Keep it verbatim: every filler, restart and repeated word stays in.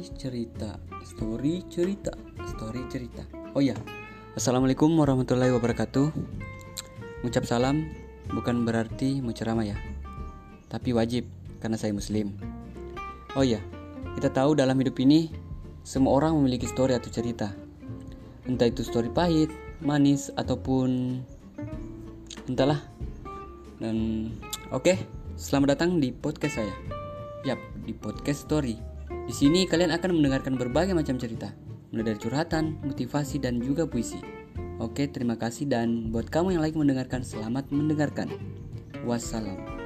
cerita, story cerita, story cerita. Oh ya, assalamualaikum warahmatullahi wabarakatuh. Ngucap salam bukan berarti mau ceramah ya, tapi wajib karena saya muslim. Oh ya, kita tahu dalam hidup ini semua orang memiliki story atau cerita. Entah itu story pahit, manis, ataupun entahlah. Dan oke, okay, selamat datang di podcast saya. Yap, di podcast story. Di sini kalian akan mendengarkan berbagai macam cerita, mulai dari curhatan, motivasi, dan juga puisi. Oke, terima kasih, dan buat kamu yang lagi mendengarkan, selamat mendengarkan. Wassalam.